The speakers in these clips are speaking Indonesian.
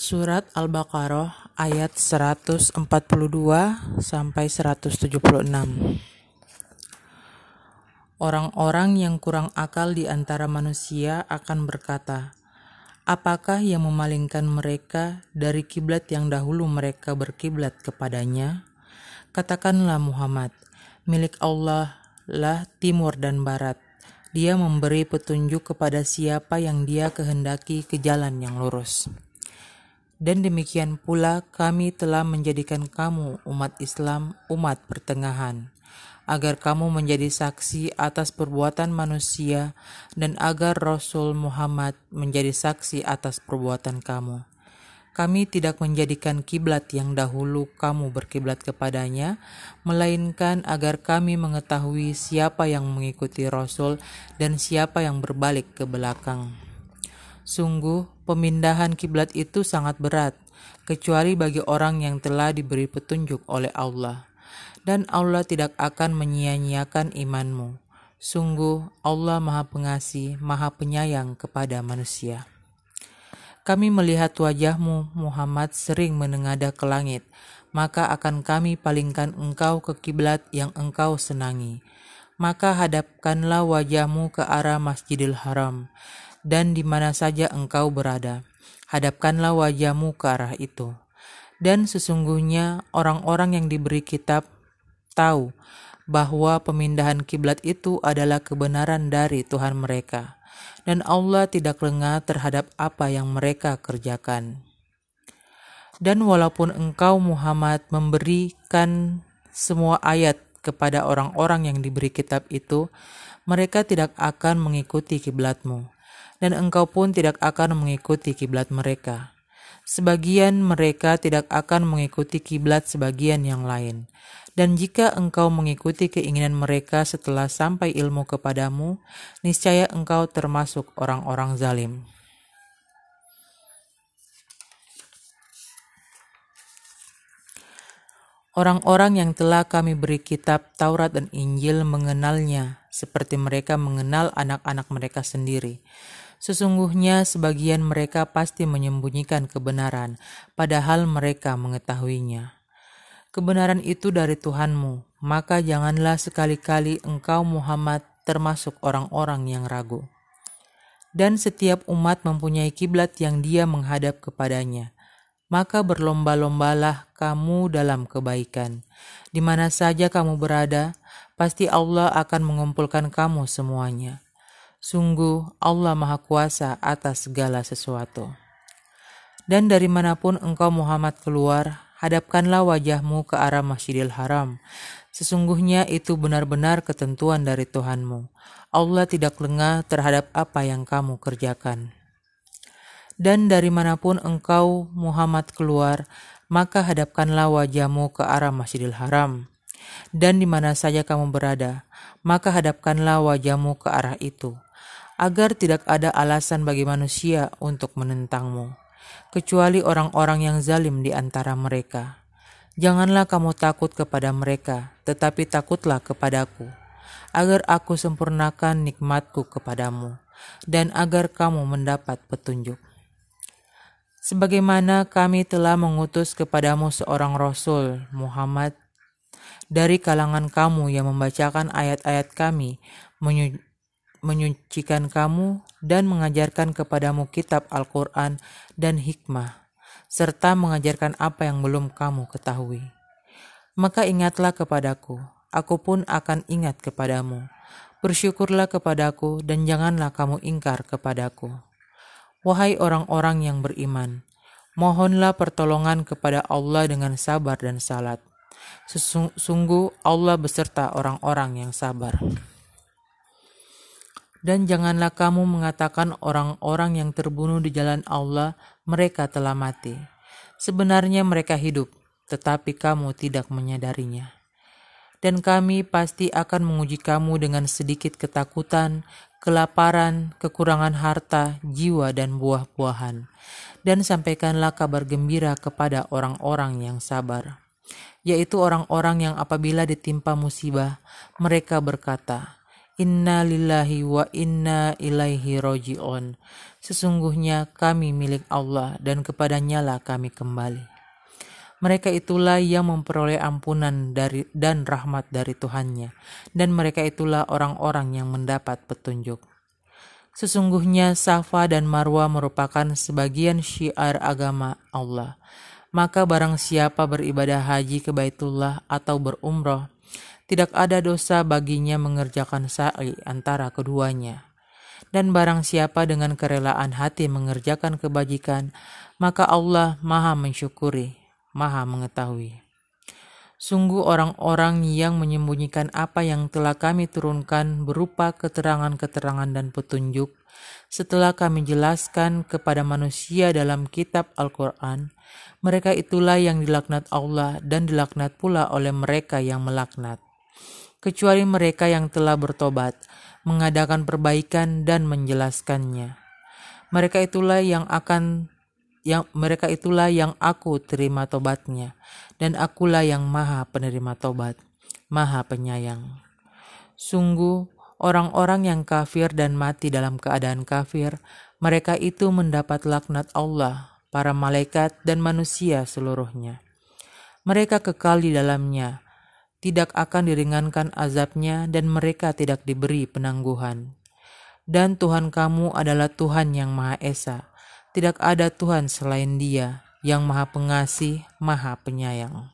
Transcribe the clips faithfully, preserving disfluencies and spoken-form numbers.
Surat Al-Baqarah ayat seratus empat puluh dua sampai seratus tujuh puluh enam. Orang-orang yang kurang akal di antara manusia akan berkata, apakah yang memalingkan mereka dari kiblat yang dahulu mereka berkiblat kepadanya? Katakanlah Muhammad, milik Allah lah timur dan barat. Dia memberi petunjuk kepada siapa yang Dia kehendaki ke jalan yang lurus. Dan demikian pula kami telah menjadikan kamu umat Islam, umat pertengahan, agar kamu menjadi saksi atas perbuatan manusia dan agar Rasul Muhammad menjadi saksi atas perbuatan kamu. Kami tidak menjadikan kiblat yang dahulu kamu berkiblat kepadanya, melainkan agar kami mengetahui siapa yang mengikuti Rasul dan siapa yang berbalik ke belakang. Sungguh, pemindahan kiblat itu sangat berat, kecuali bagi orang yang telah diberi petunjuk oleh Allah. Dan Allah tidak akan menyia-nyiakan imanmu. Sungguh, Allah Maha Pengasih, Maha Penyayang kepada manusia. Kami melihat wajahmu, Muhammad, sering menengadah ke langit, maka akan kami palingkan engkau ke kiblat yang engkau senangi. Maka hadapkanlah wajahmu ke arah Masjidil Haram, dan di mana saja engkau berada, hadapkanlah wajahmu ke arah itu. Dan sesungguhnya orang-orang yang diberi kitab tahu bahwa pemindahan kiblat itu adalah kebenaran dari Tuhan mereka, dan Allah tidak lengah terhadap apa yang mereka kerjakan. Dan walaupun engkau Muhammad memberikan semua ayat kepada orang-orang yang diberi kitab itu, mereka tidak akan mengikuti kiblatmu, dan engkau pun tidak akan mengikuti kiblat mereka. Sebagian mereka tidak akan mengikuti kiblat sebagian yang lain. Dan jika engkau mengikuti keinginan mereka setelah sampai ilmu kepadamu, niscaya engkau termasuk orang-orang zalim. Orang-orang yang telah kami beri kitab Taurat dan Injil mengenalnya, seperti mereka mengenal anak-anak mereka sendiri. Sesungguhnya sebagian mereka pasti menyembunyikan kebenaran, padahal mereka mengetahuinya. Kebenaran itu dari Tuhanmu, maka janganlah sekali-kali engkau Muhammad termasuk orang-orang yang ragu. Dan setiap umat mempunyai kiblat yang dia menghadap kepadanya. Maka berlomba-lombalah kamu dalam kebaikan. Di mana saja kamu berada, pasti Allah akan mengumpulkan kamu semuanya. Sungguh Allah Maha Kuasa atas segala sesuatu. Dan dari manapun engkau Muhammad keluar, hadapkanlah wajahmu ke arah Masjidil Haram. Sesungguhnya itu benar-benar ketentuan dari Tuhanmu. Allah tidak lengah terhadap apa yang kamu kerjakan. Dan dari manapun engkau Muhammad keluar, maka hadapkanlah wajahmu ke arah Masjidil Haram. Dan di mana saja kamu berada, maka hadapkanlah wajahmu ke arah itu, agar tidak ada alasan bagi manusia untuk menentangmu, kecuali orang-orang yang zalim di antara mereka. Janganlah kamu takut kepada mereka, tetapi takutlah kepadaku, agar aku sempurnakan nikmatku kepadamu, dan agar kamu mendapat petunjuk. Sebagaimana kami telah mengutus kepadamu seorang Rasul, Muhammad, dari kalangan kamu yang membacakan ayat-ayat kami, menyu- menyucikan kamu, dan mengajarkan kepadamu kitab Al-Quran dan hikmah, serta mengajarkan apa yang belum kamu ketahui. Maka ingatlah kepadaku, aku pun akan ingat kepadamu. Bersyukurlah kepadaku dan janganlah kamu ingkar kepadaku. Wahai orang-orang yang beriman, mohonlah pertolongan kepada Allah dengan sabar dan salat. Sesungguh Allah beserta orang-orang yang sabar. Dan janganlah kamu mengatakan orang-orang yang terbunuh di jalan Allah, mereka telah mati. Sebenarnya mereka hidup, tetapi kamu tidak menyadarinya. Dan kami pasti akan menguji kamu dengan sedikit ketakutan, kelaparan, kekurangan harta, jiwa, dan buah-buahan. Dan sampaikanlah kabar gembira kepada orang-orang yang sabar, yaitu orang-orang yang apabila ditimpa musibah, mereka berkata, Inna lillahi wa inna ilaihi roji'un. Sesungguhnya kami milik Allah dan kepadanya lah kami kembali. Mereka itulah yang memperoleh ampunan dari dan rahmat dari Tuhannya, dan mereka itulah orang-orang yang mendapat petunjuk. Sesungguhnya Safa dan Marwa merupakan sebagian syiar agama Allah. Maka barang siapa beribadah haji ke Baitullah atau berumroh, tidak ada dosa baginya mengerjakan sa'i antara keduanya. Dan barang siapa dengan kerelaan hati mengerjakan kebajikan, maka Allah Maha mensyukuri, Maha mengetahui. Sungguh orang-orang yang menyembunyikan apa yang telah kami turunkan berupa keterangan-keterangan dan petunjuk, setelah kami jelaskan kepada manusia dalam kitab Al-Quran, mereka itulah yang dilaknat Allah dan dilaknat pula oleh mereka yang melaknat. Kecuali mereka yang telah bertobat, mengadakan perbaikan dan menjelaskannya. Mereka itulah yang akan yang mereka itulah yang aku terima tobatnya, dan akulah yang Maha penerima tobat, Maha penyayang. Sungguh orang-orang yang kafir dan mati dalam keadaan kafir, mereka itu mendapat laknat Allah, para malaikat dan manusia seluruhnya. Mereka kekal di dalamnya, tidak akan diringankan azabnya, dan mereka tidak diberi penangguhan. Dan Tuhan kamu adalah Tuhan yang Maha Esa. Tidak ada Tuhan selain Dia, yang Maha Pengasih, Maha Penyayang.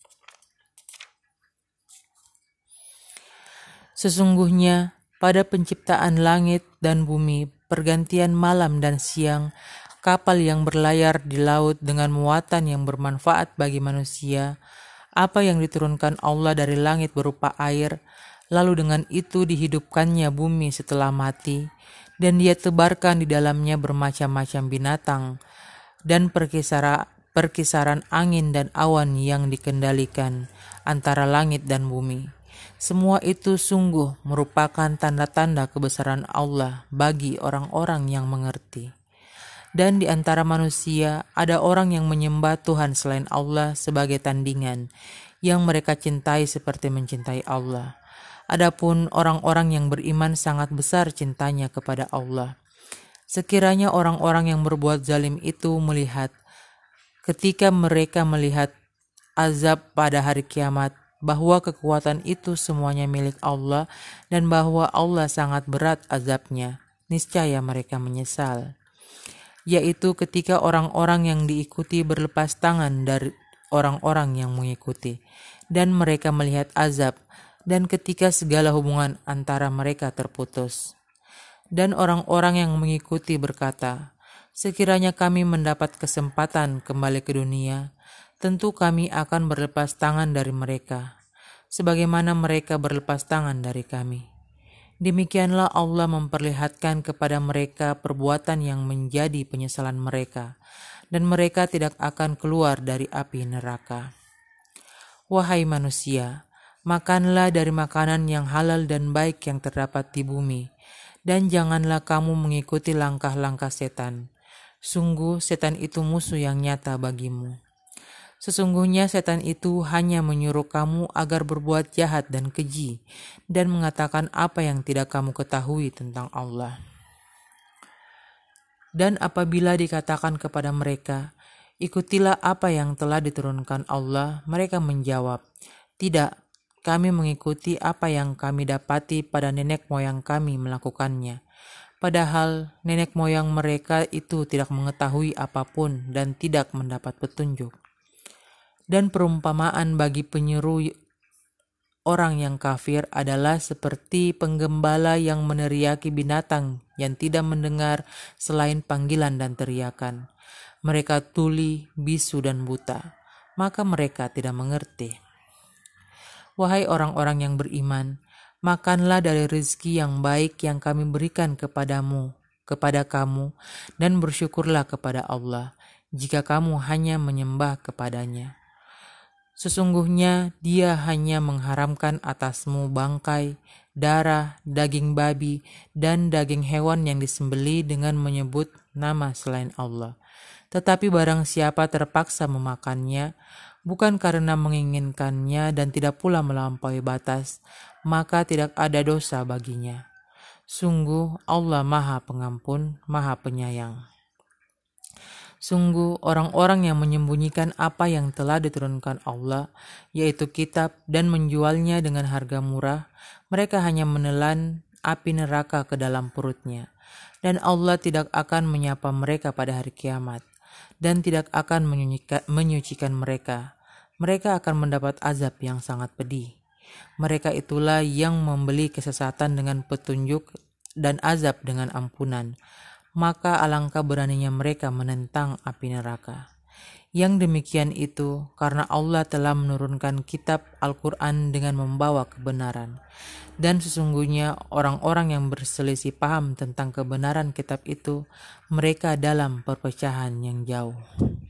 Sesungguhnya pada penciptaan langit dan bumi, pergantian malam dan siang, kapal yang berlayar di laut dengan muatan yang bermanfaat bagi manusia, apa yang diturunkan Allah dari langit berupa air, lalu dengan itu dihidupkannya bumi setelah mati, dan Dia tebarkan di dalamnya bermacam-macam binatang, dan perkisara, perkisaran angin dan awan yang dikendalikan antara langit dan bumi. Semua itu sungguh merupakan tanda-tanda kebesaran Allah bagi orang-orang yang mengerti. Dan di antara manusia ada orang yang menyembah Tuhan selain Allah sebagai tandingan, yang mereka cintai seperti mencintai Allah. Adapun orang-orang yang beriman sangat besar cintanya kepada Allah. Sekiranya orang-orang yang berbuat zalim itu melihat, ketika mereka melihat azab pada hari kiamat, bahwa kekuatan itu semuanya milik Allah dan bahwa Allah sangat berat azabnya, niscaya mereka menyesal. Yaitu ketika orang-orang yang diikuti berlepas tangan dari orang-orang yang mengikuti, dan mereka melihat azab, dan ketika segala hubungan antara mereka terputus. Dan orang-orang yang mengikuti berkata, sekiranya kami mendapat kesempatan kembali ke dunia, tentu kami akan berlepas tangan dari mereka, sebagaimana mereka berlepas tangan dari kami. Demikianlah Allah memperlihatkan kepada mereka perbuatan yang menjadi penyesalan mereka, dan mereka tidak akan keluar dari api neraka. Wahai manusia, makanlah dari makanan yang halal dan baik yang terdapat di bumi, dan janganlah kamu mengikuti langkah-langkah setan. Sungguh setan itu musuh yang nyata bagimu. Sesungguhnya setan itu hanya menyuruh kamu agar berbuat jahat dan keji, dan mengatakan apa yang tidak kamu ketahui tentang Allah. Dan apabila dikatakan kepada mereka, ikutilah apa yang telah diturunkan Allah, mereka menjawab, tidak, kami mengikuti apa yang kami dapati pada nenek moyang kami melakukannya. Padahal nenek moyang mereka itu tidak mengetahui apapun dan tidak mendapat petunjuk. Dan perumpamaan bagi penyeru orang yang kafir adalah seperti penggembala yang meneriaki binatang yang tidak mendengar selain panggilan dan teriakan. Mereka tuli, bisu, dan buta, maka mereka tidak mengerti. Wahai orang-orang yang beriman, makanlah dari rezeki yang baik yang kami berikan kepadamu, kepada kamu, dan bersyukurlah kepada Allah, jika kamu hanya menyembah kepadanya. Sesungguhnya Dia hanya mengharamkan atasmu bangkai, darah, daging babi, dan daging hewan yang disembeli dengan menyebut nama selain Allah. Tetapi barang siapa terpaksa memakannya, bukan karena menginginkannya dan tidak pula melampaui batas, maka tidak ada dosa baginya. Sungguh Allah Maha Pengampun, Maha Penyayang. Sungguh orang-orang yang menyembunyikan apa yang telah diturunkan Allah, yaitu kitab, dan menjualnya dengan harga murah, mereka hanya menelan api neraka ke dalam perutnya. Dan Allah tidak akan menyapa mereka pada hari kiamat, dan tidak akan menyucikan mereka. Mereka akan mendapat azab yang sangat pedih. Mereka itulah yang membeli kesesatan dengan petunjuk dan azab dengan ampunan. Maka alangkah beraninya mereka menentang api neraka. Yang demikian itu karena Allah telah menurunkan kitab Al-Quran dengan membawa kebenaran. Dan sesungguhnya orang-orang yang berselisih paham tentang kebenaran kitab itu, mereka dalam perpecahan yang jauh.